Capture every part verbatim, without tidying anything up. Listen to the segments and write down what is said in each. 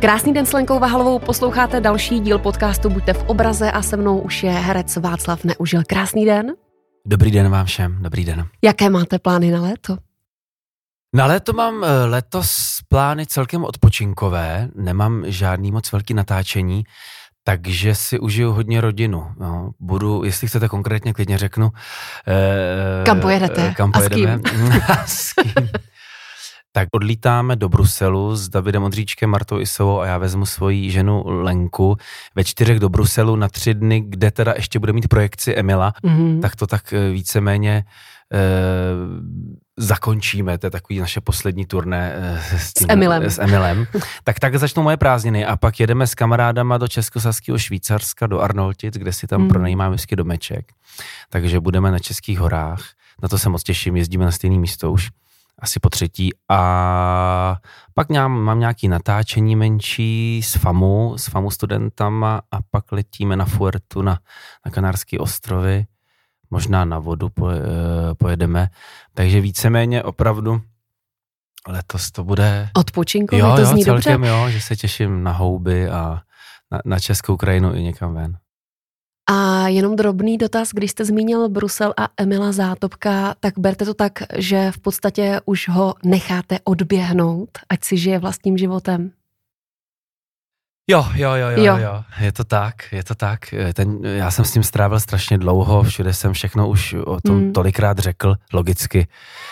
Krásný den s Lenkou Vahalovou, posloucháte další díl podcastu Buďte v obraze a se mnou už je herec Václav Neužil. Krásný den. Dobrý den vám všem, dobrý den. Jaké máte plány na léto? Na léto mám letos plány celkem odpočinkové, nemám žádný moc velký natáčení, takže si užiju hodně rodinu. No, budu, jestli chcete konkrétně, klidně řeknu. Eh, kam pojedete? Kam pojedeme? A s kým? s kým? Tak odlítáme do Bruselu s Davidem Ondříčkem, Martou Isovou a já vezmu svoji ženu Lenku ve čtyřech do Bruselu na tři dny, kde teda ještě bude mít projekci Emila, mm-hmm. tak to tak víceméně eh, zakončíme, to je takový naše poslední turné eh, s, tím, s Emilem. S Emilem. tak tak začnou moje prázdniny a pak jedeme s kamarádama do Českosaského Švýcarska, do Arnoltic, kde si tam mm. pronajímáme vždycky domeček. Takže budeme na Českých horách, na to se moc těším, jezdíme na stejné místo už. Asi po třetí a pak mám, mám nějaký natáčení menší s FAMu, s FAMu studentama a pak letíme na Fuertu, na, na Kanárské ostrovy, možná na vodu poje, pojedeme, takže víceméně opravdu letos to bude... Odpočinkově, jo, to jo, zní celkem, dobře. Jo, že se těším na houby a na, na českou krajinu i někam ven. A jenom drobný dotaz, když jste zmínil Brusel a Emila Zátopka, tak berte to tak, že v podstatě už ho necháte odběhnout, ať si žije vlastním životem. Jo, jo, jo, jo, jo, jo, je to tak, je to tak. Ten, já jsem s tím strávil strašně dlouho, všude jsem všechno už o tom mm. tolikrát řekl, logicky.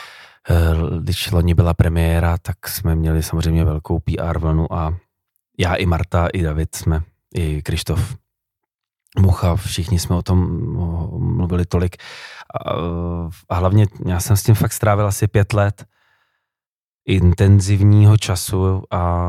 Když loni byla premiéra, tak jsme měli samozřejmě velkou P R vlnu a já i Marta, i David jsme, i Krištof Mucha, všichni jsme o tom mluvili tolik a, a hlavně já jsem s tím fakt strávil asi pět let intenzivního času a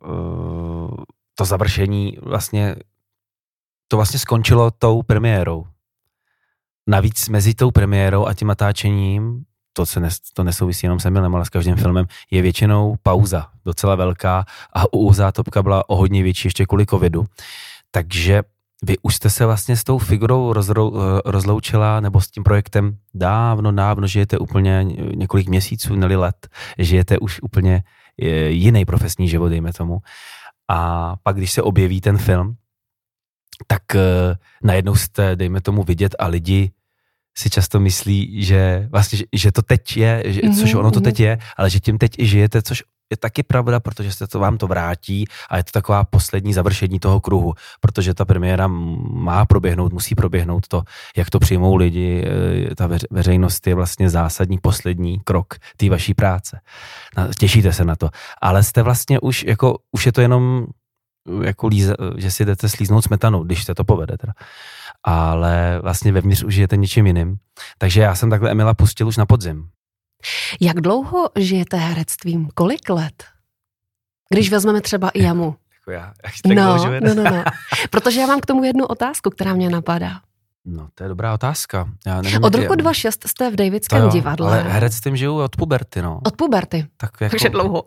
to završení vlastně, to vlastně skončilo tou premiérou. Navíc mezi tou premiérou a tím natáčením, to, se nes, to nesouvisí jenom s Emilem, ale s každým filmem, je většinou pauza, docela velká a u Zátopka byla o hodně větší ještě kvůli covidu. Takže vy už jste se vlastně s tou figurou rozrou, rozloučila, nebo s tím projektem dávno, dávno, žijete úplně několik měsíců, neli let, žijete už úplně jiný profesní život, dejme tomu. A pak, když se objeví ten film, tak uh, najednou jste, dejme tomu, vidět a lidi si často myslí, že vlastně, že, že to teď je, že, mm-hmm, což ono to mm-hmm. teď je, ale že tím teď i žijete, což je taky pravda, protože se to vám to vrátí a je to taková poslední završení toho kruhu, protože ta premiéra má proběhnout, musí proběhnout to, jak to přijmou lidi, ta veřejnost je vlastně zásadní poslední krok té vaší práce. Těšíte se na to, ale jste vlastně už, jako, už je to jenom jako líze, že si jdete slíznout smetanou, když se to povede teda. Ale vlastně vevnitř už žijete něčím jiným. Takže já jsem takhle Emila pustil už na podzim. Jak dlouho žijete herectvím? Kolik let? Když vezmeme třeba i jamu. Jako já, jak no, no, no, no. Protože já mám k tomu jednu otázku, která mě napadá. No, to je dobrá otázka. Já nevím, od roku dva tisíce šest jste v Davidském jo, divadle. Ale herectvím žiju od puberty, no. Od puberty. Tak jako, Takže dlouho.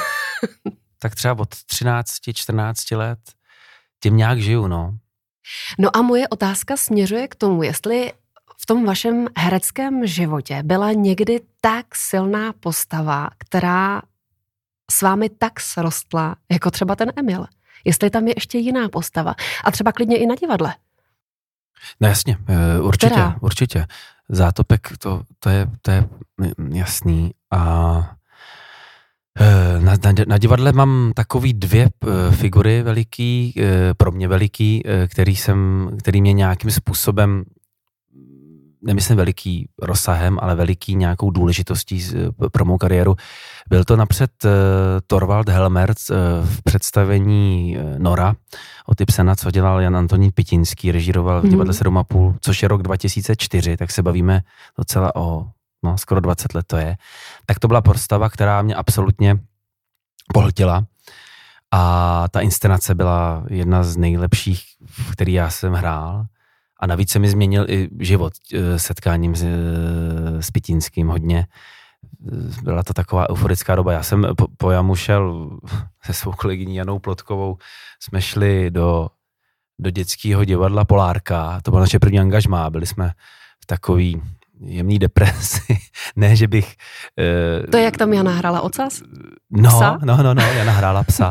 Tak třeba od třinácti, čtrnácti let tím nějak žiju, no. No a moje otázka směřuje k tomu, jestli v tom vašem hereckém životě byla někdy tak silná postava, která s vámi tak srostla, jako třeba ten Emil. Jestli tam je ještě jiná postava. A třeba klidně i na divadle. No jasně, určitě, Která? určitě. Zátopek, to, to, je, to je jasný. A na, na, na divadle mám takový dvě figury veliký, pro mě veliký, který, jsem, který mě nějakým způsobem, nemyslím veliký rozsahem, ale veliký nějakou důležitostí pro mou kariéru. Byl to napřed uh, Torvald Helmerc uh, v představení uh, Nora od Ibsena, co dělal Jan Antonín Pitinský, režíroval v divadle sedm a půl, což je rok dva tisíce čtyři, tak se bavíme docela o, no skoro dvacet let to je. Tak to byla postava, která mě absolutně pohltila a ta inscenace byla jedna z nejlepších, v který já jsem hrál. A navíc se mi změnil i život setkáním s, s Pitínským hodně. Byla to taková euforická doba. Já jsem po, po jamu šel se svou kolegyní Janou Plotkovou, jsme šli do, do dětského divadla Polárka. To byla naše první angažmá. Byli jsme v takový jemný depresi. Ne, že bych... Uh, to je, jak tam Jana hrála ocas? No, Psa? no, no, no, Jana hrála psa.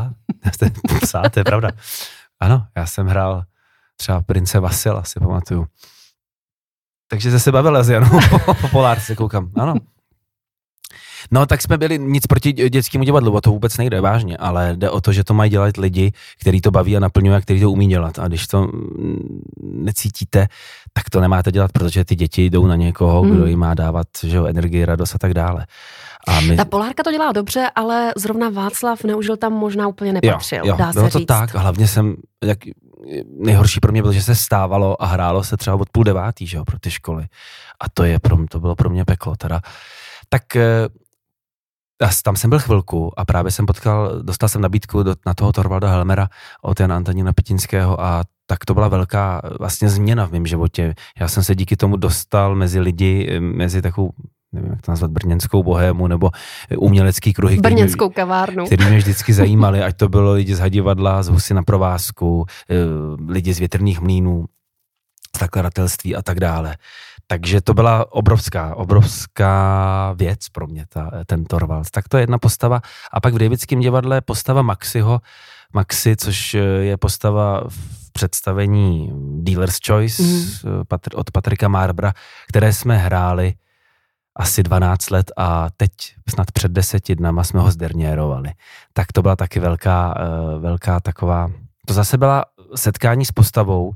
jste psá, to je pravda. Ano, já jsem hrál třeba prince Vasila, si pamatuju. Takže se se bavila s Janou po Polárce, koukám, ano. No, tak jsme byli nic proti dětskému divadlu, o to vůbec nejde, vážně, ale jde o to, že to mají dělat lidi, který to baví a naplňují a který to umí dělat. A když to necítíte, tak to nemáte dělat, protože ty děti jdou na někoho, hmm. kdo jim má dávat, že jo, energii, radost a tak dále. A my... Ta Polárka to dělá dobře, ale zrovna Václav Neužil tam možná úplně nepatřil, jo, jo, dá se bylo to říct. tak, a hlavně jsem, jak nejhorší pro mě bylo, že se stávalo a hrálo se třeba od půl devátý, že jo, pro ty školy. A to je pro mě, to bylo pro mě peklo teda. Tak tam jsem byl chvilku a právě jsem potkal, dostal jsem nabídku do, na toho Torvalda Helmera od Jana Antonína Petinského a tak to byla velká vlastně změna v mém životě. Já jsem se díky tomu dostal mezi lidi, mezi takovou, nevím, jak to nazvat, brněnskou bohému nebo umělecký kruhy, brněnskou kavárnu, který mě vždycky zajímali, ať to bylo lidi z Hadivadla, z Husy na provázku, lidi z Větrných mlýnů, z zakladatelství a tak dále. Takže to byla obrovská, obrovská věc pro mě, ta, ten Torvald. Tak to je jedna postava. A pak v Davidském divadle postava Maxiho. Maxi, což je postava v představení Dealer's Choice mm. od Patrika Marbra, které jsme hráli asi dvanáct let a teď snad před deseti dnama jsme ho zderněrovali. Tak to byla taky velká, velká taková... To zase byla setkání s postavou,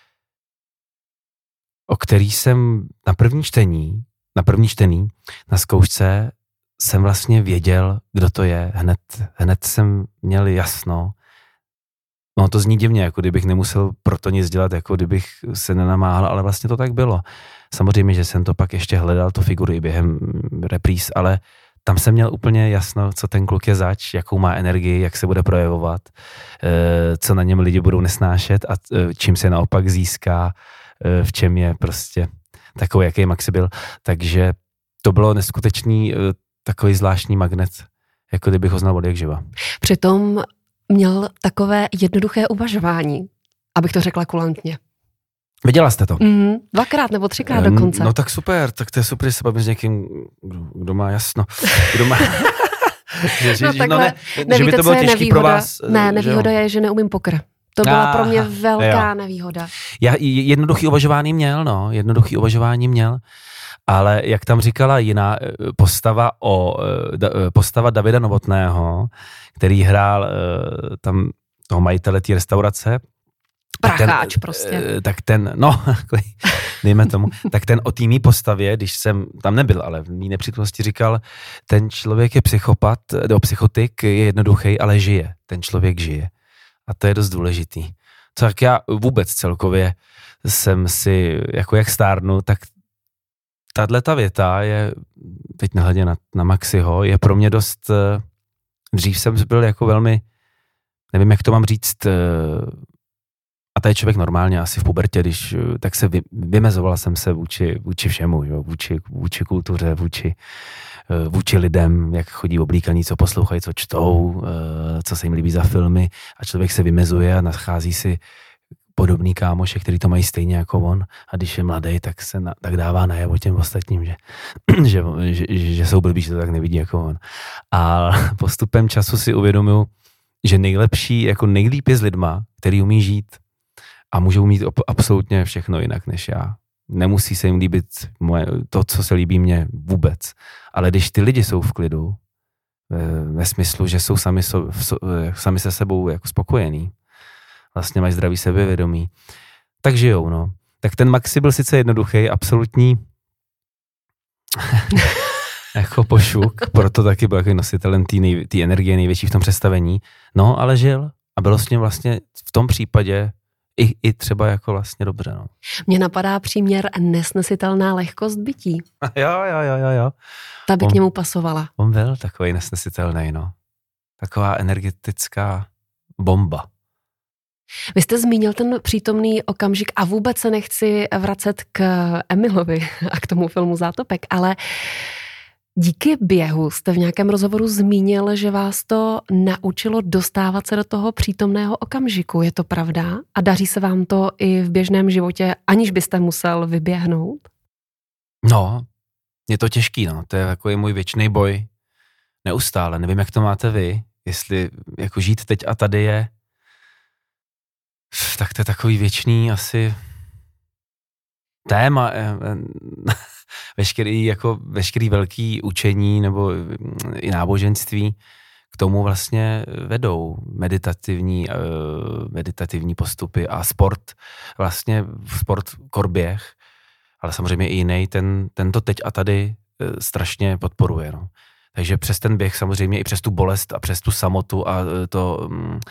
o který jsem na první čtení, na první čtení, na zkoušce jsem vlastně věděl, kdo to je. Hned, hned jsem měl jasno. No to zní divně, jako kdybych nemusel proto nic dělat, jako kdybych se nenamáhal, ale vlastně to tak bylo. Samozřejmě, že jsem to pak ještě hledal, tu figuru i během repríz, ale tam jsem měl úplně jasno, co ten kluk je zač, jakou má energii, jak se bude projevovat, co na něm lidi budou nesnášet a čím se naopak získá, v čem je prostě takový, jaký Maxi byl. Takže to bylo neskutečný takový zvláštní magnet, jako kdybych ho znal od jak živa. Přitom měl takové jednoduché uvažování, abych to řekla kulantně. Viděla jste to? Mm, dvakrát nebo třikrát dokonce. No tak super, tak to je super, že se bavím s někým, kdo, kdo má jasno. Kdo má... že, no, že, no ne, nevíte, že by to bylo těžký nevýhoda, pro vás. Ne, nevýhoda je, že neumím pokr. To byla ah, pro mě velká jo. nevýhoda. Já jednoduchý uvažování měl, no, jednoduchý uvažování měl, ale jak tam říkala jiná postava o, postava Davida Novotného, který hrál tam toho majitele té restaurace. Pracháč ten, prostě. Tak ten, no, dejme tomu, tak ten o té mý postavě, když jsem tam nebyl, ale v mý nepřítomnosti říkal, ten člověk je psychopat, nebo psychotik, je jednoduchý, ale žije. Ten člověk žije. A to je dost důležitý. Co jak já vůbec celkově jsem si, jako jak stárnu, tak tato věta je, teď nehledě na, na Maxiho, je pro mě dost, dřív jsem byl jako velmi, nevím, jak to mám říct, a tady člověk normálně asi v pubertě, když, tak se vy, vymezovala jsem se vůči, vůči všemu, jo, vůči, vůči kultuře, vůči, vůči lidem, jak chodí oblíkaní, co poslouchají, co čtou, co se jim líbí za filmy a člověk se vymezuje a nachází si podobný kámoše, který to mají stejně jako on a když je mladý, tak se na, tak dává najevo těm ostatním, že, že, že, že jsou blbí, že to tak nevidí jako on. A postupem času si uvědomuju, že nejlepší, jako nejlíp je s lidma, který umí žít a můžou mít op- absolutně všechno jinak než já. Nemusí se jim líbit moje, to, co se líbí mně vůbec. Ale když ty lidi jsou v klidu, ve, ve smyslu, že jsou sami, so, so, sami se sebou jako spokojení, vlastně mají zdravý sebevědomí, tak žijou, no. Tak ten Maxi byl sice jednoduchý, absolutní jako pošuk, proto taky byl jako nositelem té nej, energie největší v tom představení, no, ale žil a bylo s ním vlastně v tom případě I, i třeba jako vlastně dobře, no. Mně napadá příměr nesnesitelná lehkost bytí. Jo, jo, jo, jo, jo. Ta by on, k němu pasovala. On byl takový nesnesitelný, no. Taková energetická bomba. Vy jste zmínil ten přítomný okamžik a vůbec se nechci vracet k Emilovi a k tomu filmu Zátopek, ale díky běhu jste v nějakém rozhovoru zmínil, že vás to naučilo dostávat se do toho přítomného okamžiku. Je to pravda? A daří se vám to i v běžném životě, aniž byste musel vyběhnout? No, je to těžký, no. To je takový můj věčný boj. Neustále. Nevím, jak to máte vy. Jestli jako žít teď a tady je, tak to je takový věčný asi téma. Veškerý, jako, veškerý velký učení nebo i náboženství k tomu vlastně vedou meditativní, meditativní postupy a sport, vlastně sport korběh, ale samozřejmě i jiný, ten, tento teď a tady strašně podporuje. No. Takže přes ten běh samozřejmě i přes tu bolest a přes tu samotu a to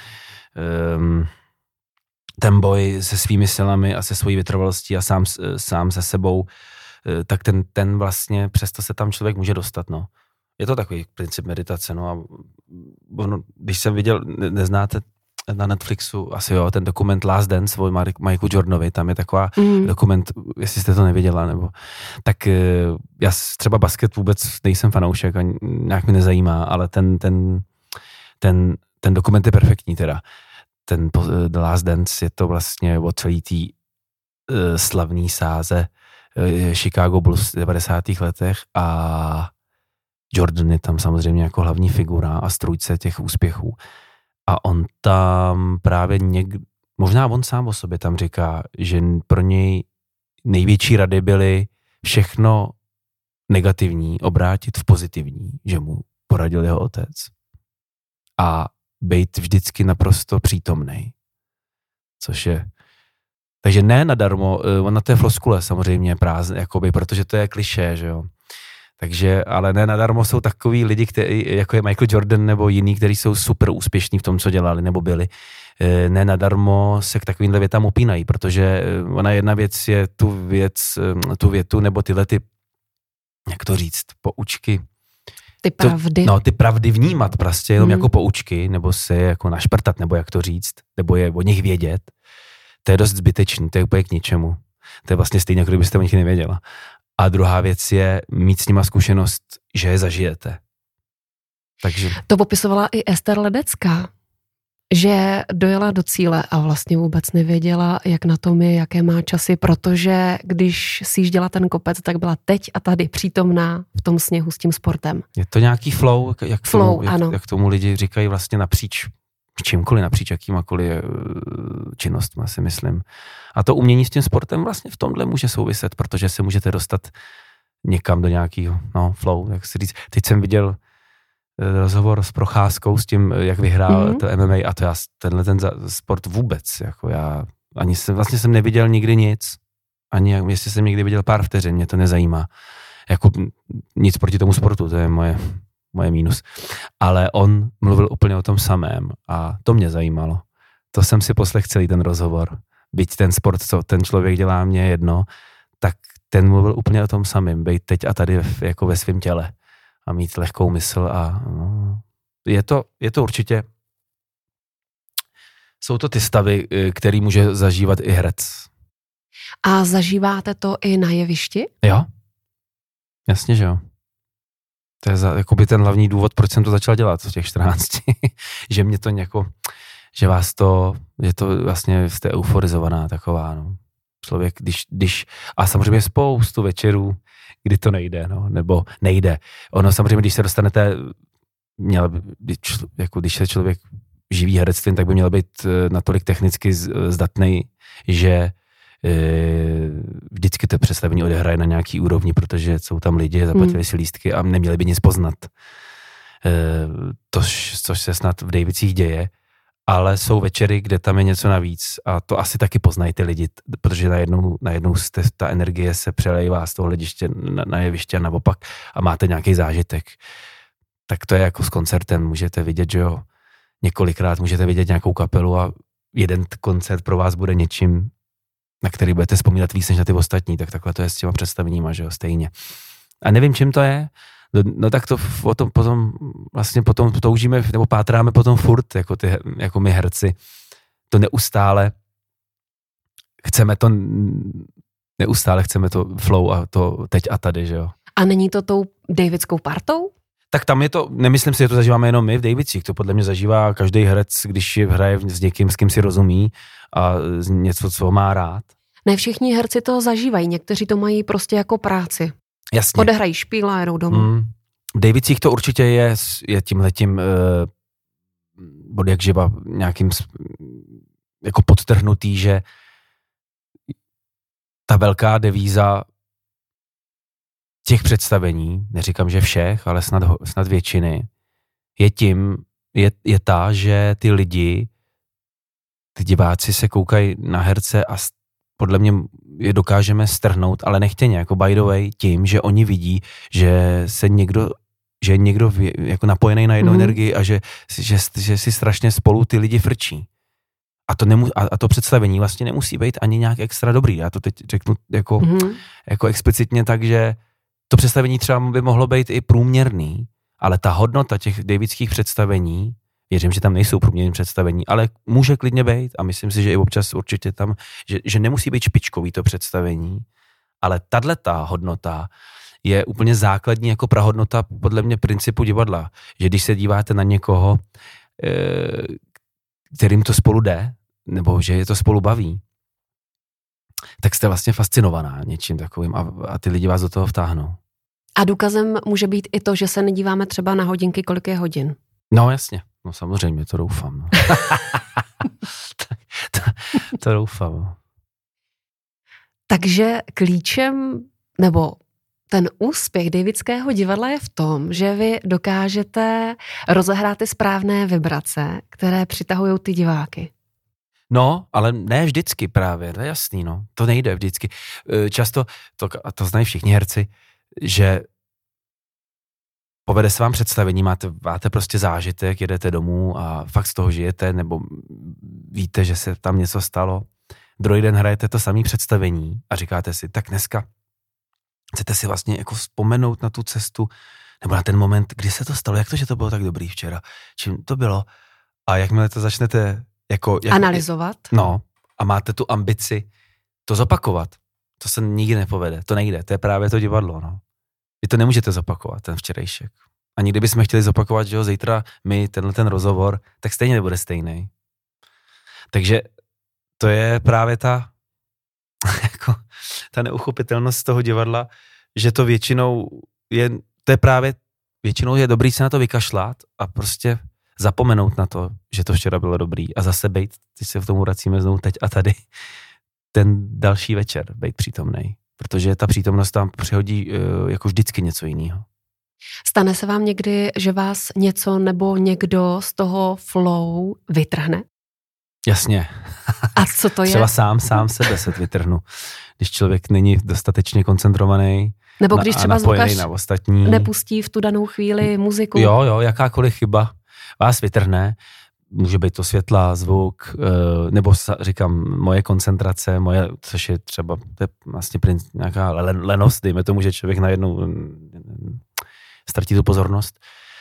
um, ten boj se svými silami a se svojí vytrvalostí a sám, sám se sebou, tak ten, ten vlastně přesto se tam člověk může dostat. No. Je to takový princip meditace. No a ono, když jsem viděl, ne, neznáte na Netflixu asi jo, ten dokument Last Dance o Michaelu Jordanovi, tam je taková mm. dokument, jestli jste to neviděla, nebo tak já třeba basket vůbec nejsem fanoušek a nějak mi nezajímá, ale ten, ten, ten, ten dokument je perfektní teda. Ten The Last Dance je to vlastně o celý tý uh, slavný sáze uh, Chicago Bulls v devadesátých letech a Jordan je tam samozřejmě jako hlavní figura a strůjce těch úspěchů. A on tam právě někdy, možná on sám o sobě tam říká, že pro něj největší rady byly všechno negativní obrátit v pozitivní, že mu poradil jeho otec. A být vždycky naprosto přítomnej. Což je... Takže ne nadarmo, ona to je floskule samozřejmě prázdné, jakoby, protože to je klišé, že jo. Takže, ale ne nadarmo jsou takový lidi, který, jako je Michael Jordan nebo jiný, kteří jsou super úspěšní v tom, co dělali nebo byli. Ne nadarmo se k takovýmhle větám upínají, protože ona jedna věc je tu věc, tu větu nebo tyhle ty, jak to říct, poučky, Ty pravdy. To, no, ty pravdy vnímat prostě jenom hmm. jako poučky, nebo se jako našprtat, nebo jak to říct, nebo je o nich vědět, to je dost zbytečný, to je úplně k ničemu. To je vlastně stejně, jako kdybyste o nich nevěděla. A druhá věc je mít s nima zkušenost, že je zažijete. Takže... To popisovala i Ester Ledecká, že dojela do cíle a vlastně vůbec nevěděla, jak na tom je, jaké má časy, protože když sjížděla ten kopec, tak byla teď a tady přítomná v tom sněhu s tím sportem. Je to nějaký flow, jak, flow, tomu, ano. jak, jak tomu lidi říkají vlastně napříč čímkoliv, napříč jakýmakoliv činnostma, si myslím. A to umění s tím sportem vlastně v tomhle může souviset, protože se můžete dostat někam do nějakého no, flow, jak si říct. Teď jsem viděl rozhovor s Procházkou s tím, jak vyhrál mm-hmm. to M M A a to já tenhle ten sport vůbec, jako já ani jsem, vlastně jsem neviděl nikdy nic, ani jestli jsem někdy viděl pár vteřin, mě to nezajímá. Jako nic proti tomu sportu, to je moje, moje mínus. Ale on mluvil úplně o tom samém a to mě zajímalo. To jsem si poslech celý ten rozhovor. Byť ten sport, co ten člověk dělá, mě jedno, tak ten mluvil úplně o tom samém. Být teď a tady jako ve svém těle. A mít lehkou mysl a no, je to, je to určitě, jsou to ty stavy, který může zažívat i herec. A zažíváte to i na jevišti? Jo, jasně, že jo. To je za, jakoby ten hlavní důvod, proč jsem to začal dělat v těch čtrnácti, že mě to nějako, že vás to, je to vlastně, jste euforizovaná taková, no. Člověk, když, když, a samozřejmě spoustu večerů, kdy to nejde, no, nebo nejde. Ono samozřejmě, když se dostanete, měl by, jako když se člověk živí herectvím, tak by měl být natolik technicky zdatný, že e, vždycky to představení odehraje na nějaký úrovni, protože jsou tam lidi, zaplatili hmm. si lístky a neměli by nic poznat. E, to, což se snad v Davicích děje, ale jsou večery, kde tam je něco navíc a to asi taky poznají ty lidi, protože najednou, najednou jste, ta energie se přelejvá z toho hlediště na, na jeviště a naopak a máte nějaký zážitek. Tak to je jako s koncertem, můžete vidět, že jo, několikrát můžete vidět nějakou kapelu a jeden koncert pro vás bude něčím, na který budete vzpomínat víc než na ty ostatní, tak takhle to je s těma představeníma, že jo, stejně. A nevím, čím to je. No, no tak to potom, potom vlastně potom toužíme, nebo pátráme potom furt, jako, ty, jako my herci. To neustále chceme to, neustále chceme to flow a to teď a tady, že jo. A není to tou Davidskou partou? Tak tam je to, nemyslím si, že to zažíváme jenom my v Davicích, to podle mě zažívá každý herec, když hraje s někým, s kým si rozumí a něco, co má rád. Ne všichni herci to zažívají, někteří to mají prostě jako práci. Jasně. Odehrají špíla a jedou domů. Hmm. V Davicích to určitě je, je tímhletím uh, od jak živa nějakým jako podtrhnutý, že ta velká devíza těch představení, neříkám, že všech, ale snad, snad většiny, je tím, je, je ta, že ty lidi, ty diváci se koukají na herce a podle mě je dokážeme strhnout, ale nechtěně, jako by the way, tím, že oni vidí, že se někdo, že je někdo jako napojený na jednu mm. energii a že, že, že si strašně spolu ty lidi frčí. A to, nemu, a, a to představení vlastně nemusí být ani nějak extra dobrý. Já to teď řeknu jako, mm. jako explicitně tak, že to představení třeba by mohlo být i průměrný, ale ta hodnota těch davidských představení, věřím, že tam nejsou průměrné představení, ale může klidně být a myslím si, že i občas určitě tam, že, že nemusí být špičkový to představení, ale tato hodnota je úplně základní jako prahodnota podle mě principu divadla. Že když se díváte na někoho, kterým to spolu jde, nebo že je to spolu baví, tak jste vlastně fascinovaná něčím takovým a, a ty lidi vás do toho vtáhnou. A důkazem může být i to, že se nedíváme třeba na hodinky, kolik je hodin. No jasně, no samozřejmě, to doufám. No. to, to doufám. Takže klíčem, nebo ten úspěch Davidského divadla je v tom, že vy dokážete rozehrát ty správné vibrace, které přitahují ty diváky. No, ale ne vždycky právě, to je jasný, no. To nejde vždycky. Často, to, a to znají všichni herci, že povede se vám představení, máte, máte prostě zážitek, jedete domů a fakt z toho žijete, nebo víte, že se tam něco stalo. Druhý den hrajete to samé představení a říkáte si, tak dneska chcete si vlastně jako vzpomenout na tu cestu, nebo na ten moment, kdy se to stalo, jak to, že to bylo tak dobrý včera, čím to bylo. A jakmile to začnete jako... Jak, analyzovat. No, a máte tu ambici to zopakovat. To se nikdy nepovede, to nejde, to je právě to divadlo, no. Vy to nemůžete zopakovat, ten včerejšek. Ani kdybychom chtěli zopakovat, že jo, zítra my tenhle ten rozhovor, tak stejně nebude stejný. Takže to je právě ta jako ta neuchopitelnost toho divadla, že to většinou je, to je právě, většinou je dobrý se na to vykašlat a prostě zapomenout na to, že to včera bylo dobrý a zase bejt, teď se v tomu vracíme znovu teď a tady, ten další večer bejt přítomnej, protože ta přítomnost tam přihodí uh, jako vždycky něco jiného. Stane se vám někdy, že vás něco nebo někdo z toho flow vytrhne? Jasně. A co to je? Třeba sám, sám sebe se vytrhnu. Když člověk není dostatečně koncentrovaný nebo když na, třeba zvukař na ostatní. Nepustí v tu danou chvíli muziku. Jo, jo, jakákoliv chyba vás vytrhne. Může být to světla, zvuk, nebo říkám, moje koncentrace, moje, což je třeba to je vlastně nějaká lenost, dejme tomu, že člověk najednou ztratí tu pozornost.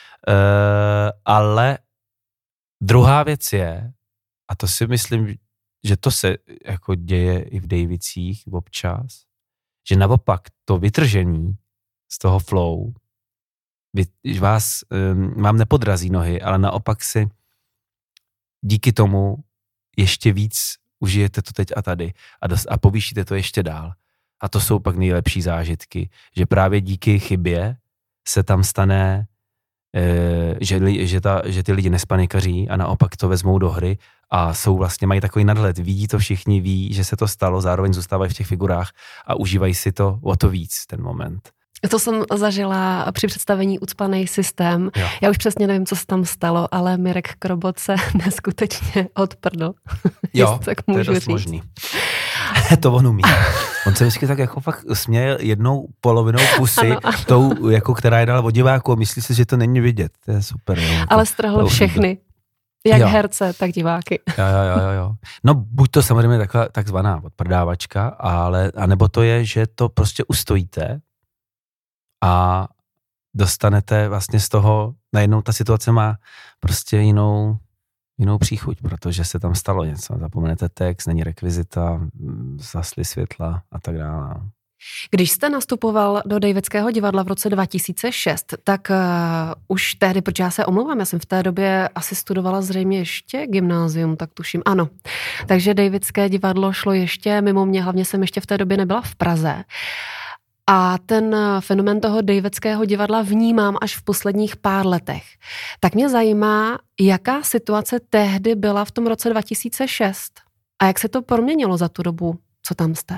Ale druhá věc je, a to si myslím, že to se jako děje i v Davicích občas, že naopak to vytržení z toho flow vy, vás um, vám nepodrazí nohy, ale naopak si díky tomu ještě víc užijete to teď a tady a, dos, a povýšíte to ještě dál. A to jsou pak nejlepší zážitky, že právě díky chybě se tam stane, e, že, že, ta, že ty lidi nespanikaří a naopak to vezmou do hry a jsou vlastně, mají takový nadhled, vidí to všichni, ví, že se to stalo, zároveň zůstávají v těch figurách a užívají si to o to víc, ten moment. To jsem zažila při představení Ucpanej systém. Jo. Já už přesně nevím, co se tam stalo, ale Mirek Krobot se neskutečně odprdl. Jo, tak to je dost říct. možný. To on umí. On se vždycky tak jako fakt směje jednou polovinou pusy, ano, ano. tou, jako která je dala od diváku a myslí si, že to není vidět. To je super. Jo. Ale strhl všechny. Jak jo. herce, tak diváky. Jo, jo, jo, jo. No buď to samozřejmě taková takzvaná odprdávačka, ale, anebo to je, že to prostě ustojíte a dostanete vlastně z toho, najednou ta situace má prostě jinou, jinou příchuť, protože se tam stalo něco. Zapomenete text, není rekvizita, zasly světla a tak dále. Když jste nastupoval do Davidského divadla v roce dva tisíce šest, tak uh, už tehdy, protože já se omlouvám, já jsem v té době asi studovala zřejmě ještě gymnázium, tak tuším, ano. Takže Davidské divadlo šlo ještě mimo mě, hlavně jsem ještě v té době nebyla v Praze. a ten fenomén toho Davidského divadla vnímám až v posledních pár letech. Tak mě zajímá, jaká situace tehdy byla v tom roce dva tisíce šest a jak se to proměnilo za tu dobu, co tam jste?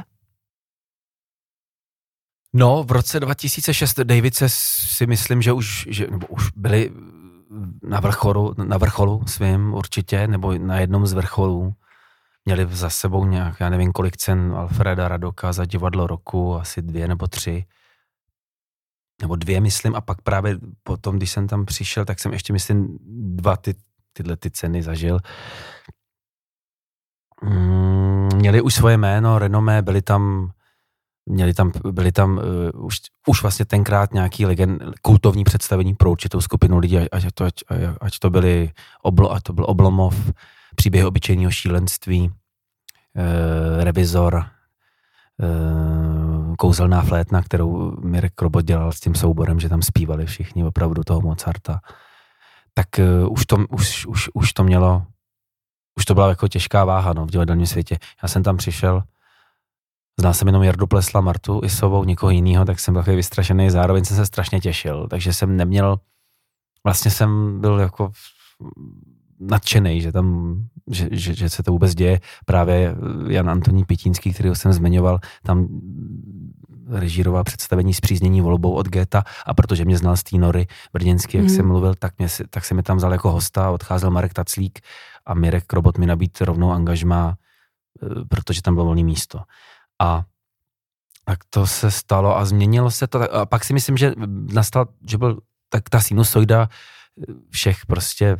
No, v roce dva tisíce šest Davidse si myslím, že už, že, nebo už byli na vrcholu, na vrcholu svým určitě, nebo na jednom z vrcholů. Měli za sebou nějak, já nevím, kolik cen Alfreda Radoka za divadlo roku, asi dvě nebo tři. Nebo dvě, myslím, a pak právě potom, když jsem tam přišel, tak jsem ještě, myslím, dva ty, tyhle ty ceny zažil. Mm, měli už svoje jméno, renomé, byli tam, měli tam, byli tam uh, už, už vlastně tenkrát nějaký legend, kultovní představení pro určitou skupinu lidí, ať to, ať, ať to, byli oblo, ať to byl Oblomov, Příběhy obyčejného šílenství, e, Revizor, e, Kouzelná flétna, kterou Mirek Krobot dělal s tím souborem, že tam zpívali všichni opravdu toho Mozarta. Tak e, už, to, už, už, už to mělo, už to byla jako těžká váha, no, v divadelním světě. Já jsem tam přišel, znal jsem jenom Jardu Plesla, Martu Isovou, někoho jiného, tak jsem byl takový vystrašený, zároveň jsem se strašně těšil, takže jsem neměl, vlastně jsem byl jako nadšenej, že tam, že, že, že se to vůbec děje. Právě Jan Antonín Pitínský, kterýho jsem zmiňoval, tam režíroval představení Spříznění volbou od Goetha a protože mě znal z té Nory brněnský, jak mm. jsem mluvil, tak, mě, tak se mi tam vzal jako hosta, odcházel Marek Taclík a Mirek Krobot mi nabít rovnou angažmá, protože tam bylo volné místo. A tak to se stalo a změnilo se to. A pak si myslím, že nastal, že byl tak ta sinusoida všech prostě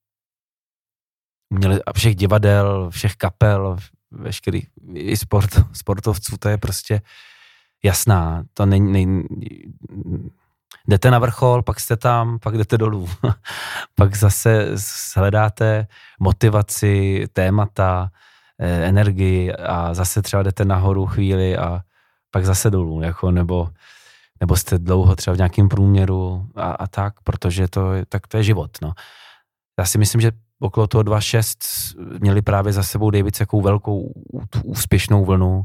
měli všech divadel, všech kapel, veškerých i sport, sportovců, to je prostě jasná. To není, není, jdete na vrchol, pak jste tam, pak jdete dolů. Pak zase hledáte motivaci, témata, energii a zase třeba jdete nahoru chvíli a pak zase dolů, jako, nebo, nebo jste dlouho třeba v nějakém průměru a, a tak, protože to, tak to je život. No. Já si myslím, že okolo toho dva šest měli právě za sebou Davids jakou velkou úspěšnou vlnu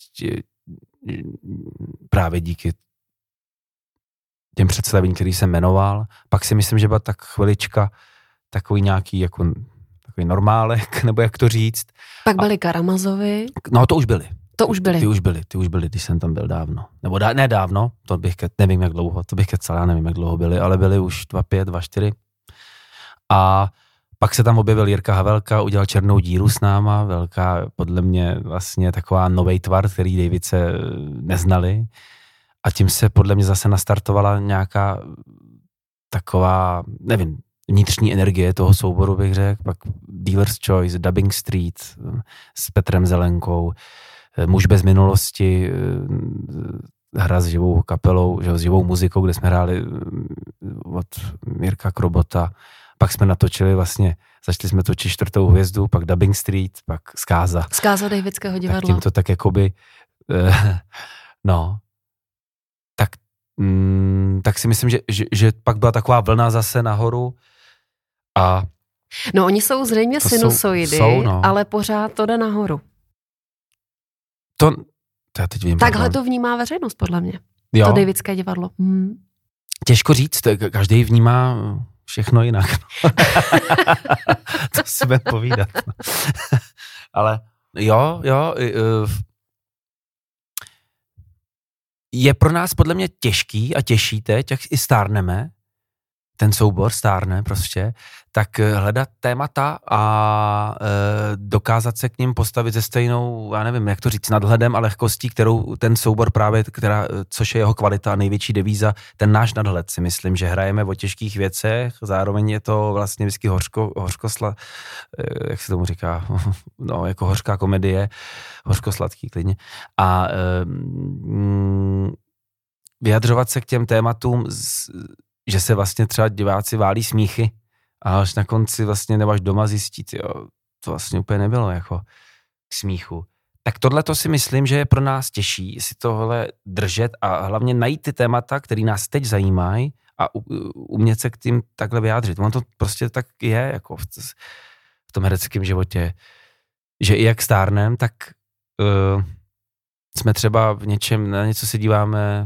právě díky těm představením, který jsem jmenoval. Pak si myslím, že byla tak chvilička takový nějaký jako takový normálek, nebo jak to říct. Pak byli Karamazovi. No to už byli. To už byli. Ty, ty už byli, ty už byli, když jsem tam byl dávno. Nebo dá, ne dávno, to bych ke, nevím jak dlouho, to bych kecal, já nevím jak dlouho byli, ale byli už dva pět, dva čtyři. A pak se tam objevil Jirka Havelka, udělal Černou díru s náma, velká, podle mě vlastně taková novej tvar, který Davidse neznali. A tím se podle mě zase nastartovala nějaká taková, nevím, vnitřní energie toho souboru, bych řekl. Pak Dealer's Choice, Dubbing Street s Petrem Zelenkou, Muž bez minulosti, hra s živou kapelou, s živou muzikou, kde jsme hráli od Mirka Krobota. Pak jsme natočili vlastně, začali jsme točit Čtvrtou hvězdu, pak Dubbing Street, pak Zkáza. Zkáza Davidského divadla. Tak tím to tak jakoby, eh, no, tak, mm, tak si myslím, že, že, že pak byla taková vlna zase nahoru a... No oni jsou zřejmě sinusoidy, jsou, jsou, no. Ale pořád to jde nahoru. To, to já teď vím. Takhle pardon. To vnímá veřejnost, podle mě. Jo. To Davidské divadlo. Hmm. Těžko říct, každý vnímá všechno jinak. No. To si budeme povídat. No. Ale jo, jo, je pro nás podle mě těžký a těžší teď, jak i stárneme, ten soubor stárne prostě, tak hledat témata a e, dokázat se k ním postavit ze stejnou, já nevím, jak to říct, nadhledem a lehkostí, kterou ten soubor právě, která, což je jeho kvalita a největší devíza, ten náš nadhled si myslím, že hrajeme o těžkých věcech, zároveň je to vlastně vždycky hořko, hořkosla, e, jak se tomu říká, no, jako hořká komedie, hořkosladký klidně. A e, mm, vyjadřovat se k těm tématům z, že se vlastně třeba diváci válí smíchy a až na konci vlastně nebo až doma zjistit, jo, to vlastně úplně nebylo jako k smíchu. Tak tohle to si myslím, že je pro nás těžší si tohle držet a hlavně najít ty témata, které nás teď zajímají a umět se k tím takhle vyjádřit. Ono to prostě tak je jako v, v tom hereckém životě, že i jak stárnem, tak uh, jsme třeba v něčem, na něco se díváme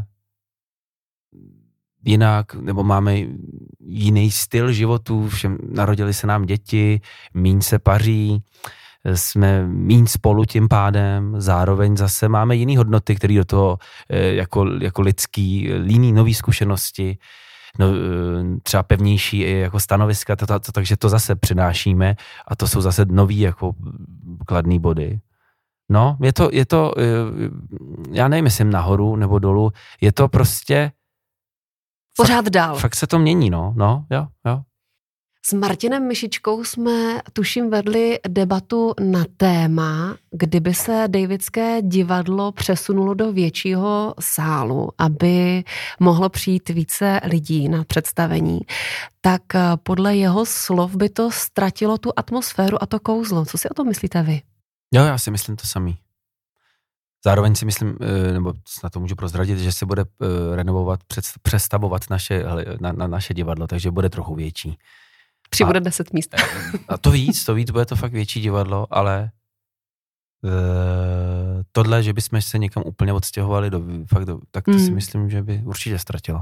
jinak, nebo máme jiný styl životu, všem narodili se nám děti, míň se paří, jsme míň spolu tím pádem, zároveň zase máme jiný hodnoty, které do toho jako, jako lidský, jiný nový zkušenosti, no, třeba pevnější jako stanoviska, to, to, to, takže to zase přinášíme a to jsou zase nový jako kladný body. No, je to, je to, já nevím, jestli nahoru nebo dolů, je to prostě pořád fakt, dál. Fakt se to mění, no, no, jo, jo. S Martinem Myšičkou jsme, tuším, vedli debatu na téma, kdyby se Davidské divadlo přesunulo do většího sálu, aby mohlo přijít více lidí na představení, tak podle jeho slov by to ztratilo tu atmosféru a to kouzlo. Co si o tom myslíte vy? Jo, já si myslím to samý. Zároveň si myslím, nebo na to můžu prozradit, že se bude renovovat, přestavovat naše, na, na naše divadlo, takže bude trochu větší. Přibude deset míst. A to víc, to víc, bude to fakt větší divadlo, ale e, tohle, že bychom se někam úplně odstěhovali, do, fakt do, tak to hmm. si myslím, že by určitě ztratilo.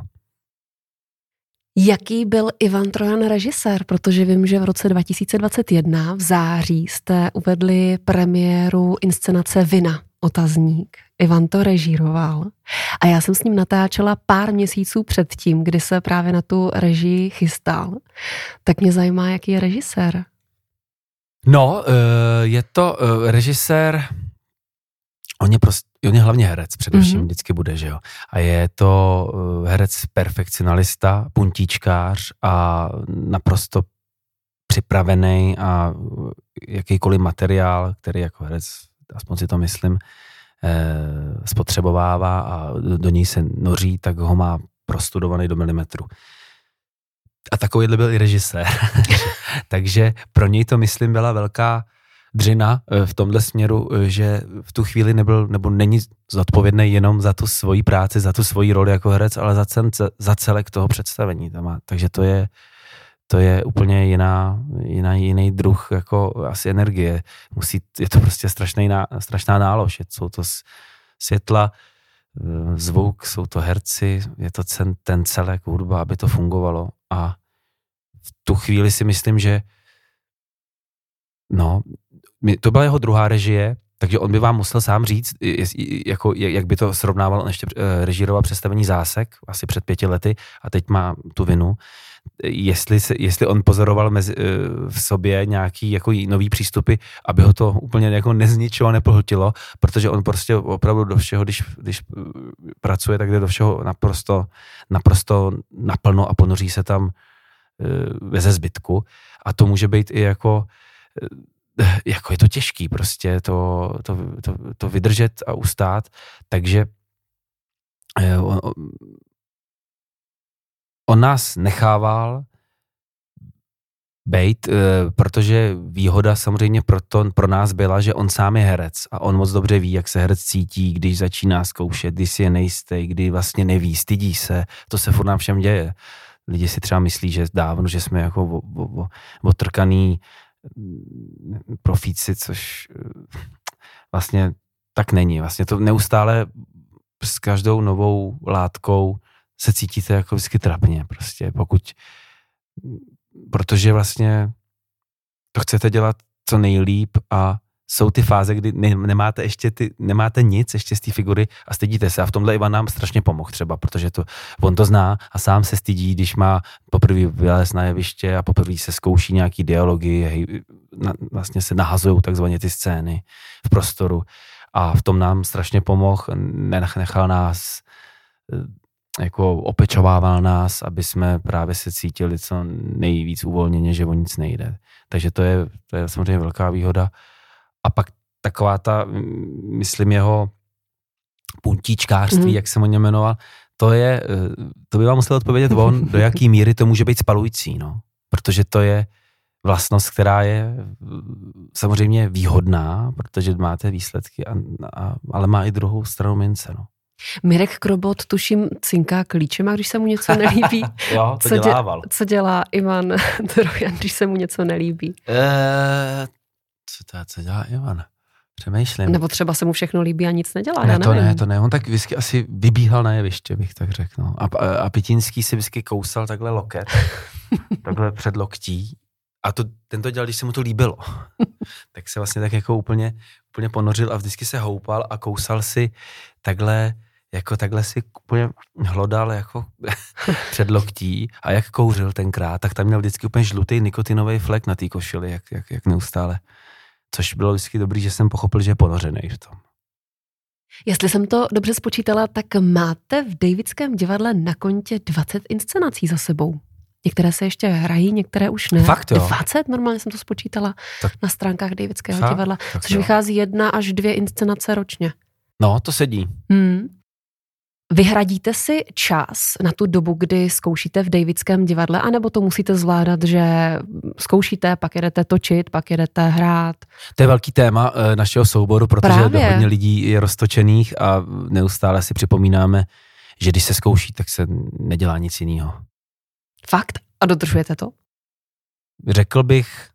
Jaký byl Ivan Trojan režisér? Protože vím, že v roce dva tisíce dvacet jedna v září jste uvedli premiéru inscenace Vina, otazník. Ivan to režíroval a já jsem s ním natáčela pár měsíců předtím, kdy se právě na tu režii chystal. Tak mě zajímá, jaký je režisér. No, je to režisér, on je, prostě, on je hlavně herec, především mm-hmm. vždycky bude, že jo. A je to herec perfekcionalista, puntíčkář a naprosto připravený a jakýkoliv materiál, který jako herec, aspoň si to myslím, spotřebovává a do něj se noří, tak ho má prostudovaný do milimetru. A takovýhle byl i režisér. Takže pro něj to, myslím, byla velká dřina v tomhle směru, že v tu chvíli nebyl, nebo není zodpovědný jenom za tu svoji práci, za tu svoji roli jako herec, ale za, cen, za celek toho představení. Takže to je, to je úplně jiná, jiná, jiný druh jako asi energie. Musí, je to prostě strašný, strašná nálož. Jsou to světla, zvuk, jsou to herci, je to ten, ten celek, hudba, aby to fungovalo. A v tu chvíli si myslím, že no, to byla jeho druhá režie, takže on by vám musel sám říct, jako, jak by to srovnával, on ještě režíroval představení Zásek asi před pěti lety a teď má tu Vinu. Jestli, se, jestli on pozoroval mezi, v sobě nějaký jako nový přístupy, aby ho to úplně jako nezničilo, nepohltilo, protože on prostě opravdu do všeho, když, když pracuje, tak jde do všeho naprosto, naprosto naplno a ponoří se tam beze zbytku. A to může být i jako, jako je to těžký prostě to, to, to, to vydržet a ustát, takže on, on nás nechával bejt, protože výhoda samozřejmě pro, to, pro nás byla, že on sám je herec a on moc dobře ví, jak se herec cítí, když začíná zkoušet, když si je nejistý, kdy vlastně neví, stydí se, to se furt nám všem děje. Lidi si třeba myslí, že dávno, že jsme jako otrkaný profíci, což vlastně tak není. Vlastně to neustále s každou novou látkou se cítíte jako vždycky trapně prostě, pokud, protože vlastně to chcete dělat co nejlíp a jsou ty fáze, kdy ne, nemáte ještě ty, nemáte nic ještě z té figury a stydíte se a v tomhle Ivan nám strašně pomohl třeba, protože to, on to zná a sám se stydí, když má poprvé vylez na jeviště a poprvé se zkouší nějaký dialogy, hej, na, vlastně se nahazujou takzvaně ty scény v prostoru a v tom nám strašně pomohl, nechal nás jako opečovával nás, aby jsme právě se cítili co nejvíc uvolněně, že o nic nejde. Takže to je, to je samozřejmě velká výhoda. A pak taková ta, myslím, jeho puntíčkářství, mm. jak jsem o něm jmenoval, to je, to by vám musel odpovědět on, do jaký míry to může být spalující, no. Protože to je vlastnost, která je samozřejmě výhodná, protože máte výsledky, a, a, ale má i druhou stranu mince, no. Mirek Krobot, tuším, cinká klíčema, když se mu něco nelíbí. Jo, to co dělával. Dě, co dělá Ivan Trojan, když se mu něco nelíbí? Eee, co, to, co dělá Ivan? Přemýšlím. Nebo třeba se mu všechno líbí a nic nedělá, ne, já to nevím. ne, to ne, on tak vždycky asi vybíhal na jeviště, bych tak řekl. No. A, a, a Pitínský si vždycky kousal takhle loket, takhle před loktí. A to, ten to dělal, když se mu to líbilo. Tak se vlastně tak jako úplně, úplně ponořil a vždycky se houpal a kousal si takhle, jako takhle si úplně hlodal jako před loktí a jak kouřil tenkrát, tak tam měl vždycky úplně žlutý nikotinový flek na té košili, jak, jak, jak neustále. Což bylo vždycky dobrý, že jsem pochopil, že je ponořený v tom. Jestli jsem to dobře spočítala, tak máte v Davidském divadle na kontě dvacet inscenací za sebou. Některé se ještě hrají, některé už ne. Fakt jo? dvacet, normálně jsem to spočítala tak, na stránkách Davidského fakt? divadla, tak což jo. vychází jedna až dvě inscenace ročně. No, to sedí. Hmm. Vyhradíte si čas na tu dobu, kdy zkoušíte v Davidském divadle, anebo to musíte zvládat, že zkoušíte, pak jedete točit, pak jedete hrát? To je velký téma e, našeho souboru, protože Právě. hodně lidí je roztočených a neustále si připomínáme, že když se zkouší, tak se nedělá nic jiného. Fakt? A dodržujete to? Řekl bych,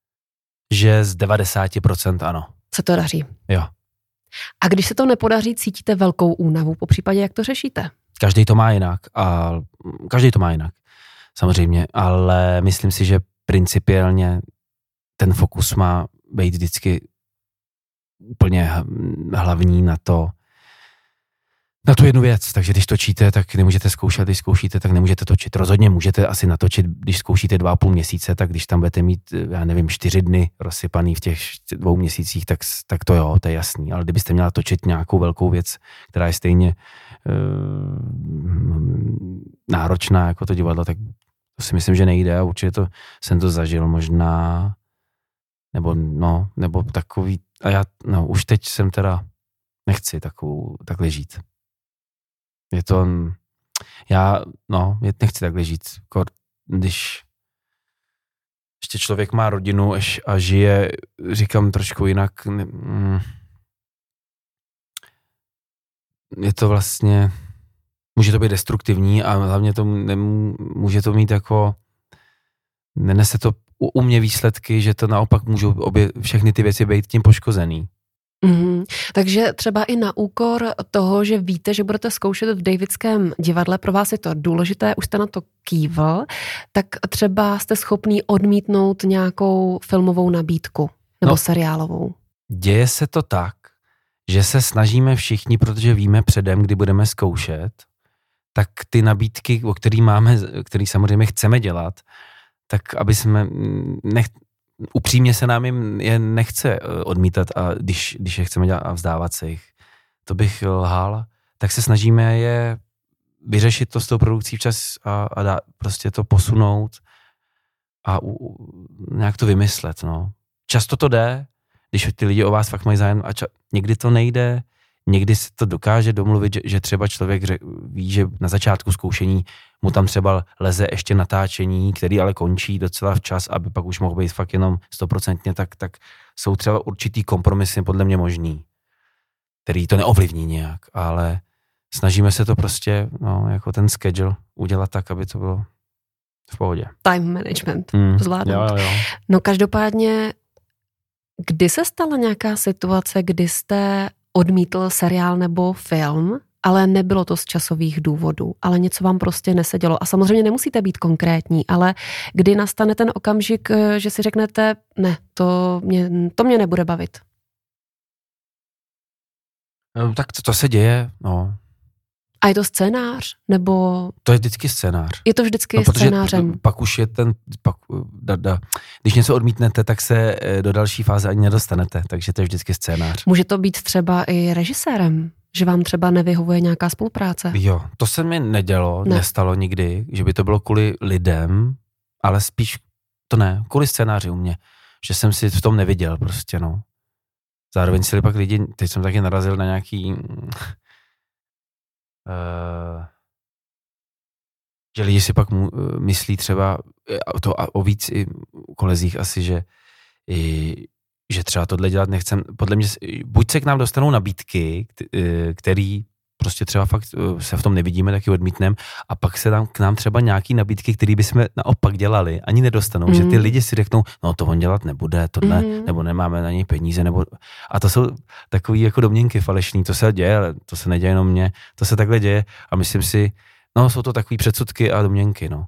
že z devadesát procent ano. Se to daří? Jo. A když se to nepodaří, cítíte velkou únavu? Po případě, jak to řešíte? Každý to má jinak. A každý to má jinak. Samozřejmě. Ale myslím si, že principiálně ten fokus má být vždycky úplně hlavní na to, na tu jednu věc. Takže když točíte, tak nemůžete zkoušet, když zkoušíte, tak nemůžete točit. Rozhodně můžete asi natočit, když zkoušíte dva a půl měsíce, tak když tam budete mít, já nevím, čtyři dny rozsypaný v těch dvou měsících, tak, tak to jo, to je jasný. Ale kdybyste měla točit nějakou velkou věc, která je stejně uh, náročná jako to divadlo, tak to si myslím, že nejde a určitě to, jsem to zažil možná, nebo no, nebo takový, a já, no, už teď jsem teda, nechci takovou, takhle žít. Je to, já, no, nechci takhle žít, když ještě člověk má rodinu a žije, říkám trošku jinak, je to vlastně, může to být destruktivní a hlavně to nemů, může to mít jako, nenese to u, u mě výsledky, že to naopak můžou obě, všechny ty věci být tím poškozený. Mm-hmm. Takže třeba i na úkor toho, že víte, že budete zkoušet v Davidském divadle, pro vás je to důležité, už jste na to kývl, tak třeba jste schopný odmítnout nějakou filmovou nabídku nebo no, seriálovou. Děje se to tak, že se snažíme všichni, protože víme předem, kdy budeme zkoušet, tak ty nabídky, o který máme, který samozřejmě chceme dělat, tak aby jsme nech, upřímně se nám jim je nechce odmítat a když, když je chceme dělat a vzdávat se jich, to bych lhal, tak se snažíme je vyřešit to s tou produkcí včas a, a dá, prostě to posunout a u, nějak to vymyslet. No. Často to jde, když ty lidi o vás fakt mají zájem a ča, někdy to nejde, někdy se to dokáže domluvit, že, že třeba člověk řek, ví, že na začátku zkoušení mu tam třeba leze ještě natáčení, který ale končí docela včas, aby pak už mohl být fakt jenom stoprocentně, tak, tak jsou třeba určitý kompromisy podle mě možný, který to neovlivní nějak, ale snažíme se to prostě, no, jako ten schedule udělat tak, aby to bylo v pohodě. Time management mm, zvládnout. Jo, jo. No každopádně, kdy se stala nějaká situace, kdy jste odmítl seriál nebo film, ale nebylo to z časových důvodů, ale něco vám prostě nesedělo. A samozřejmě nemusíte být konkrétní, ale kdy nastane ten okamžik, že si řeknete, ne, to mě, to mě nebude bavit. No, tak to, to se děje, no. A je to scénář? Nebo... To je vždycky scénář. Je to vždycky no, scénářem. Pak už je ten, pak, da, da. Když něco odmítnete, tak se do další fáze ani nedostanete, takže to je vždycky scénář. Může to být třeba i režisérem, že vám třeba nevyhovuje nějaká spolupráce? Jo, to se mi nedělo, ne. nestalo nikdy, že by to bylo kvůli lidem, ale spíš to ne, kvůli scénáři u mě, že jsem si v tom neviděl prostě, no. Zároveň si pak lidi, teď jsem taky narazil na nějaký... Uh, že lidi si pak mu, uh, myslí třeba to a o víc i kolezích asi, že, i, že třeba tohle dělat nechcem. Podle mě, buď se k nám dostanou nabídky, který prostě třeba fakt se v tom nevidíme, taky odmítneme a pak se tam k nám třeba nějaký nabídky, které bychom naopak dělali, ani nedostanou, mm. že ty lidi si řeknou, no to on dělat nebude, tohle, mm. nebo nemáme na něj peníze, nebo a to jsou takový jako domněnky falešný, to se děje, ale to se neděje jenom mně, to se takhle děje a myslím si, no jsou to takový předsudky a domněnky, no.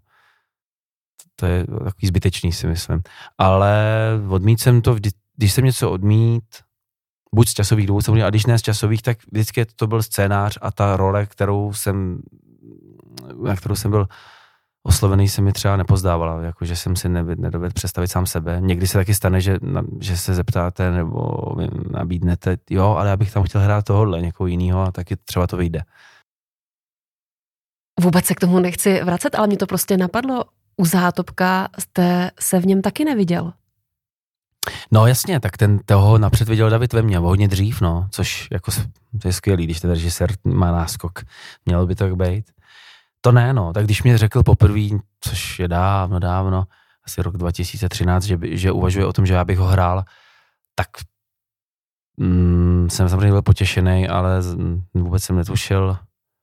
To je takový zbytečný, si myslím. Ale odmít jsem to, vždy, když jsem něco odmít, buď z časových důvodů, a když ne z časových, tak vždycky to byl scénář a ta role, kterou jsem, na kterou jsem byl oslovený, se mi třeba nepozdávala, jakože jsem si nedovedl představit sám sebe. Někdy se taky stane, že, že se zeptáte nebo nabídnete, jo, ale já bych tam chtěl hrát tohohle, někoho jiného a taky třeba to vyjde. Vůbec se k tomu nechci vracet, ale mě to prostě napadlo. U Zátopka jste se v něm taky neviděl. No jasně, tak ten toho napřed viděl David ve mně, hodně dřív, no, což jako to je skvělý, když ten režisér má náskok, mělo by to tak být. To ne, no, tak když mě řekl poprvé, což je dávno, dávno, asi rok dva tisíce třináct, že, že uvažuje o tom, že já bych ho hrál, tak mm, jsem samozřejmě byl potěšený, ale vůbec jsem netušil,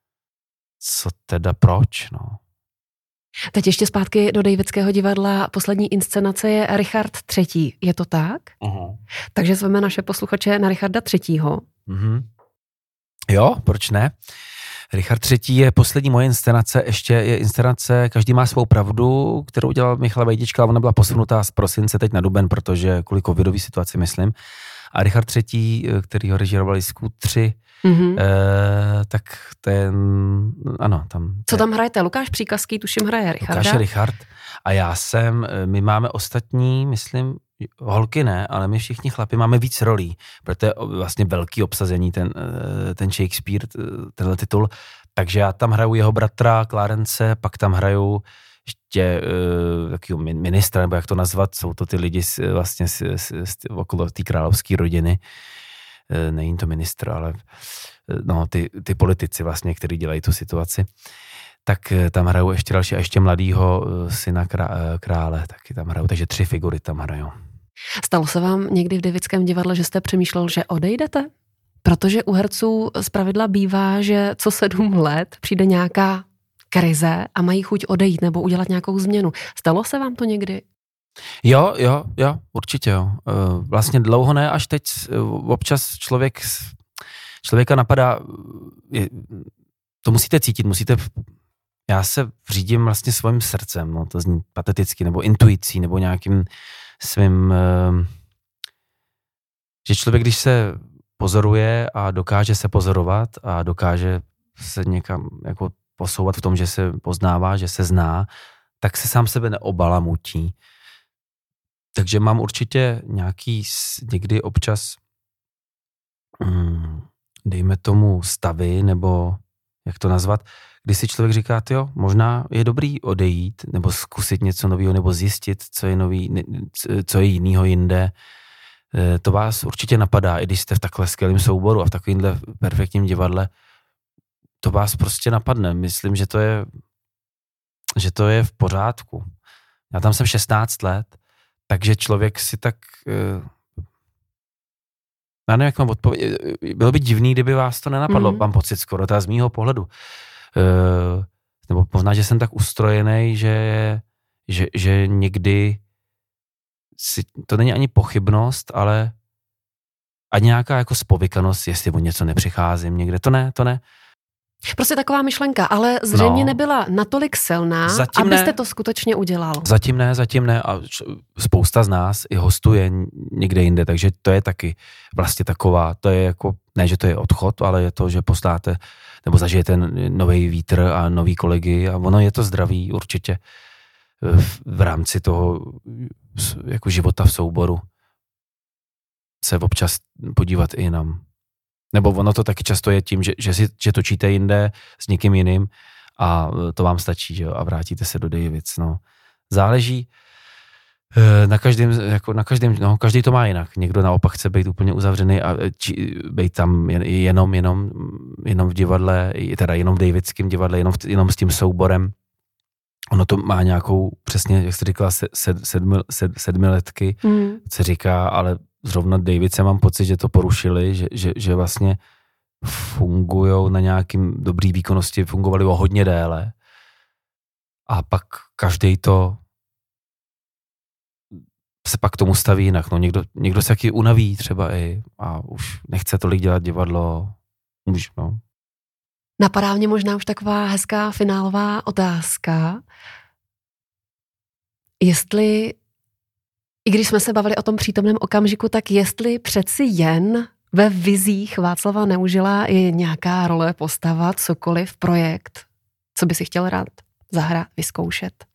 co teda proč, no. Teď ještě zpátky do Davidského divadla. Poslední inscenace je Richard třetí. Je to tak? Uh-huh. Takže zveme naše posluchače na Richarda třetího. Uh-huh. Jo, proč ne? Richard třetí je poslední moje inscenace, ještě je inscenace Každý má svou pravdu, kterou dělal Michal Vejdička, ona byla posunutá z prosince teď na duben, protože kvůli covidové situaci, myslím. A Richard třetí, který ho režírovali Skutři, mm-hmm. eh, tak ten, ano, tam. Co tam hrajete? Lukáš Příkazský, tuším, hraje Richarda. Lukáš Richard. A já jsem, my máme ostatní, myslím, holky ne, ale my všichni chlapi máme víc rolí, protože je vlastně velký obsazení ten, ten Shakespeare, tenhle titul. Takže já tam hraju jeho bratra Klárence, pak tam hraju ještě uh, takového ministra, nebo jak to nazvat, jsou to ty lidi s, vlastně s, s, s, okolo té královské rodiny. Uh, není to ministr, ale uh, no, ty, ty politici vlastně, kteří dělají tu situaci. Tak uh, tam hrajou ještě další a ještě mladýho uh, syna krá, uh, krále, taky tam hrajou, takže tři figury tam hrajou. Stalo se vám někdy v Davidském divadle, že jste přemýšlel, že odejdete? Protože u herců zpravidla bývá, že co sedm let přijde nějaká krize a mají chuť odejít nebo udělat nějakou změnu. Stalo se vám to někdy? Jo, jo, jo, určitě jo. Vlastně dlouho ne, až teď občas člověk, člověka napadá, to musíte cítit, musíte, já se řídím vlastně svým srdcem, no to zní pateticky, nebo intuicí, nebo nějakým svým, že člověk, když se pozoruje a dokáže se pozorovat a dokáže se někam jako posouvat v tom, že se poznává, že se zná, tak se sám sebe neobalamutí. Takže mám určitě nějaký někdy občas hmm, dejme tomu stavy, nebo jak to nazvat, kdy si člověk říká, jo, možná je dobrý odejít, nebo zkusit něco nového, nebo zjistit, co je nový, co je jinýho jinde. To vás určitě napadá, i když jste v takhle skvělém souboru a v takovémhle perfektním divadle, to vás prostě napadne. Myslím, že to je, že to je v pořádku. Já tam jsem šestnáct let, takže člověk si tak, já nevím, jak mám odpovědět, bylo by divný, kdyby vás to nenapadlo, mm. mám pocit skoro, to je z mýho pohledu. Nebo možná, že jsem tak ustrojený, že, že, že někdy si, to není ani pochybnost, ale a nějaká jako spovykanost, jestli o něco nepřicházím někde, to ne, to ne. Prostě taková myšlenka, ale zřejmě no, nebyla natolik silná, abyste ne, to skutečně udělal. Zatím ne, zatím ne a spousta z nás i hostuje někde jinde, takže to je taky vlastně taková, to je jako, ne, že to je odchod, ale je to, že posláte nebo zažijete nový vítr a nový kolegy a ono je to zdravý určitě v, v rámci toho jako života v souboru se občas podívat i jinam. Nebo ono to taky často je tím, že, že si že točíte jinde s někým jiným a to vám stačí, že jo, a vrátíte se do Davids, no. Záleží na každém, jako na každém, no, každý to má jinak. Někdo naopak chce být úplně uzavřený a či, být tam jenom, jenom, jenom v divadle, teda jenom v Davidském divadle, jenom, v, jenom s tím souborem. Ono to má nějakou, přesně, jak jste říkala, se, se, sedmi, sed, sedmiletky, mm. se říká, ale zrovna Davidce mám pocit, že to porušili, že, že, že vlastně fungujou na nějakým dobrý výkonnosti, fungovaly o hodně déle a pak každý to se pak tomu staví jinak. No, někdo, někdo se taky unaví třeba i a už nechce tolik dělat divadlo. Už, no. Napadá mě možná už taková hezká finálová otázka. Jestli, i když jsme se bavili o tom přítomném okamžiku, tak jestli přeci jen ve vizích Václava Neužila je nějaká role, postava, cokoliv, projekt, co by si chtěl rád zahrát, vyzkoušet?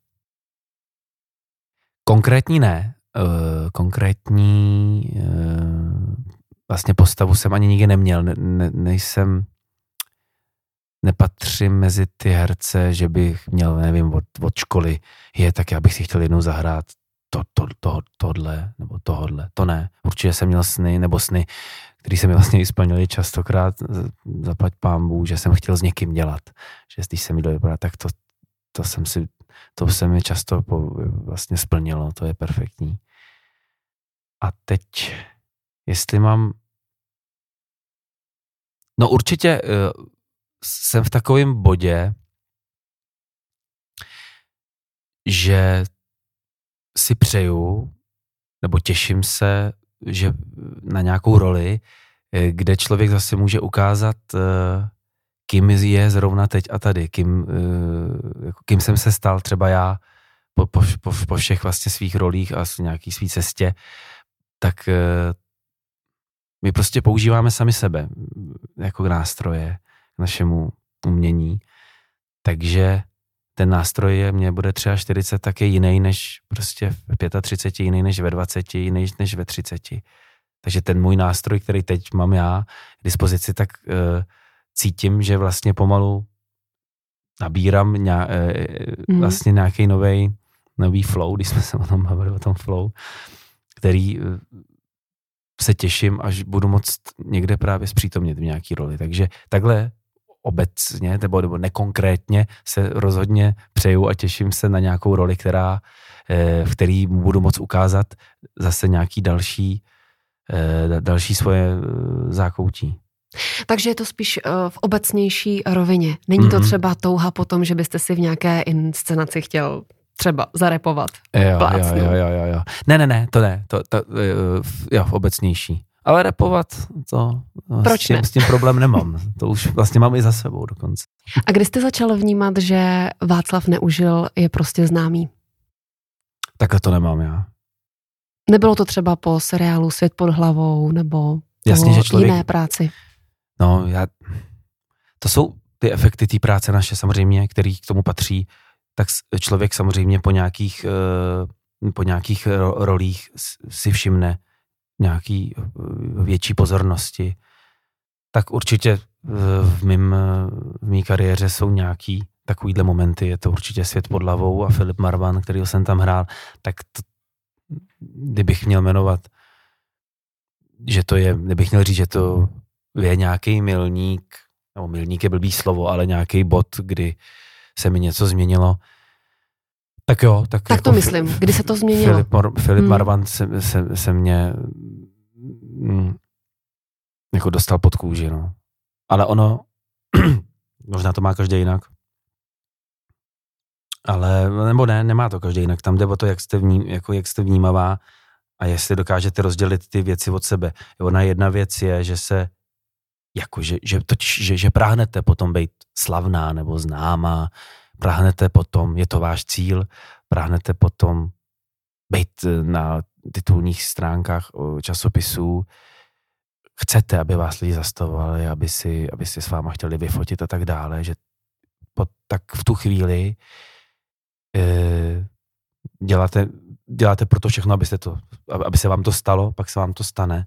Konkrétní ne. Uh, konkrétní uh, vlastně postavu jsem ani nikdy neměl. Ne, ne, nejsem, nepatřím mezi ty herce, že bych měl, nevím, od, od školy, je, tak já bych si chtěl jednou zahrát to, to, to, tohle, nebo tohodle. To ne. Určitě jsem měl sny, nebo sny, který se mi vlastně splnili častokrát, zaplať pánbůh, že jsem chtěl s někým dělat. Že když se mi to vypadá, tak to, to jsem si, to se mi často po, vlastně splnilo, to je perfektní. A teď, jestli mám, no určitě uh, jsem v takovém bodě, že si přeju, nebo těším se, že na nějakou roli, kde člověk zase může ukázat, kým je zrovna teď a tady, kým, kým jsem se stal třeba já po, po, po, po všech vlastně svých rolích a nějaký svý cestě, tak my prostě používáme sami sebe jako nástroje k našemu umění, takže ten nástroj je, mě bude čtyřicet tři, tak je jiný než prostě v třicet pět, jiný než ve dvaceti, jiný než ve třiceti. Takže ten můj nástroj, který teď mám já k dispozici, tak uh, cítím, že vlastně pomalu nabírám ně, uh, mm. vlastně nějaký novej, nový flow, když jsme se o tom bavili, o tom flow, který uh, se těším, až budu moct někde právě zpřítomnit v nějaký roli. Takže takhle obecně, nebo, nebo nekonkrétně se rozhodně přeju a těším se na nějakou roli, která, v který budu moct ukázat zase nějaký další, další svoje zákoutí. Takže je to spíš v obecnější rovině. Není mm-hmm. to třeba touha po tom, že byste si v nějaké inscenaci chtěl třeba zarepovat, jo, plácnout? Jo, jo, jo, jo. Ne, ne, ne, to ne. To, to, jo, v obecnější. Ale rapovat, to Proč s, tím, ne? s tím problém nemám. To už vlastně mám i za sebou dokonce. A kdy jste začal vnímat, že Václav Neužil je prostě známý? Takhle to nemám já. Nebylo to třeba po seriálu Svět pod hlavou nebo Jasně, že člověk, jiné práci? No, já, to jsou ty efekty té práce naše samozřejmě, který k tomu patří, tak člověk samozřejmě po nějakých, po nějakých rolích si všimne nějaký větší pozornosti. Tak určitě v mým, v mý kariéře jsou nějaký takovýhle momenty, je to určitě Svět pod hlavou a Filip Marvan, kterýho jsem tam hrál, tak to, kdybych měl jmenovat, že to je, kdybych měl říct, že to je nějaký milník, nebo milník je blbý slovo, ale nějaký bod, kdy se mi něco změnilo, tak jo. Tak, tak to jako myslím, kdy se to změnilo? Filip, Mar- Filip hmm. Marvan se, se, se mě mm, jako dostal pod kůži, no. Ale ono, možná to má každý jinak, ale, nebo ne, nemá to každý jinak. Tam jde o to, jak jste, vním, jako jak jste vnímavá a jestli dokážete rozdělit ty věci od sebe. Ona jedna věc je, že se, jako, že, že, to, že, že práhnete potom být slavná nebo známá, práhnete potom, je to váš cíl, práhnete potom být na titulních stránkách časopisů, chcete, aby vás lidi zastavovali, aby si, aby si s váma chtěli vyfotit a tak dále, že po, tak v tu chvíli e, děláte, děláte pro to všechno, abyste to, aby se vám to stalo, pak se vám to stane.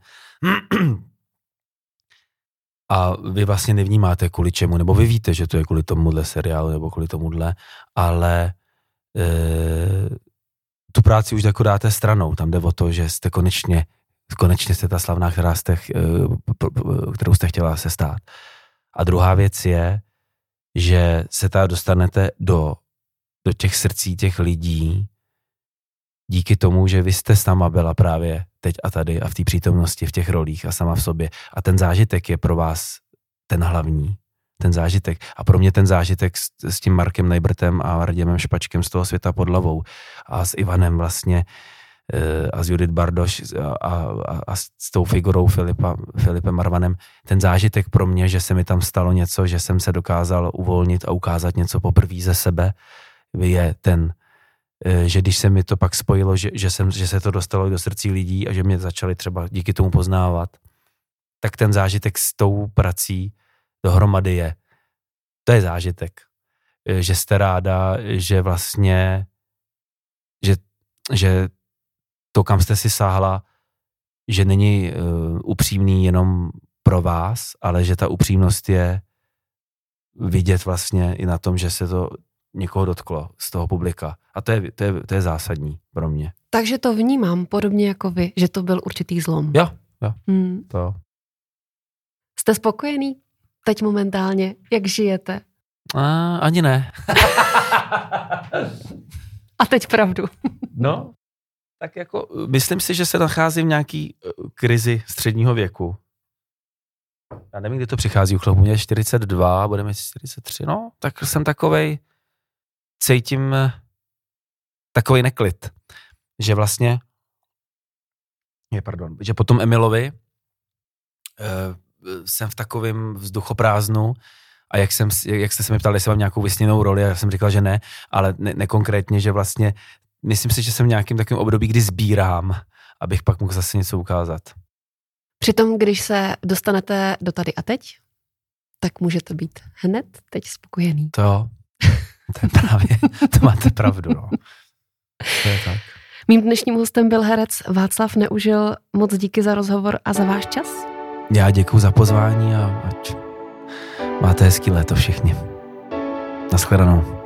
A vy vlastně nevnímáte kvůli čemu, nebo vy víte, že to je kvůli tomuhle seriálu, nebo kvůli tomuhle, ale e, tu práci už jako dáte stranou. Tam jde o to, že jste konečně, konečně jste ta slavná, která jste, kterou jste chtěla se stát. A druhá věc je, že se ta dostanete do, do těch srdcí těch lidí díky tomu, že vy jste sama byla právě teď a tady a v té přítomnosti, v těch rolích a sama v sobě. A ten zážitek je pro vás ten hlavní, ten zážitek. A pro mě ten zážitek s, s tím Markem Najbrtem a Radimem Špačkem z toho Světa pod hlavou a s Ivanem vlastně a s Judith Bardoš a, a, a s tou figurou Filipa, Filipem Marvanem, ten zážitek pro mě, že se mi tam stalo něco, že jsem se dokázal uvolnit a ukázat něco poprvé ze sebe, je ten, že když se mi to pak spojilo, že, že, jsem, že se to dostalo do srdcí lidí a že mě začali třeba díky tomu poznávat, tak ten zážitek s tou prací dohromady je. To je zážitek. Že jste ráda, že vlastně, že, že to, kam jste si sáhla, že není uh, upřímný jenom pro vás, ale že ta upřímnost je vidět vlastně i na tom, že se to někoho dotklo z toho publika. A to je, to je, to je zásadní pro mě. Takže to vnímám podobně jako vy, že to byl určitý zlom. Jo, jo. Hmm. To. Jste spokojený teď momentálně? Jak žijete? A, ani ne. A teď pravdu. No, tak jako myslím si, že se nacházím v nějaký krizi středního věku. Já nevím, kdy to přichází, u mě je čtyřicet dva, budeme mít čtyřicet tři, no, tak jsem takovej, cítím takovej neklid, že vlastně, je, pardon, že po tom Emilovi uh, jsem v takovém vzduchoprázdnu a jak, jsem, jak jste se mi ptali, jestli mám nějakou vysněnou roli, a já jsem říkal, že ne, ale ne, nekonkrétně, že vlastně myslím si, že jsem v nějakém takovém období, kdy sbírám, abych pak mohl zase něco ukázat. Přitom, když se dostanete do tady a teď, tak můžete být hned teď spokojený. To jo, to je právě, to máte pravdu, no. To je tak. Mým dnešním hostem byl herec Václav Neužil. Moc díky za rozhovor a za váš čas. Já děkuju za pozvání a ať máte hezký léto všichni. Naschledanou.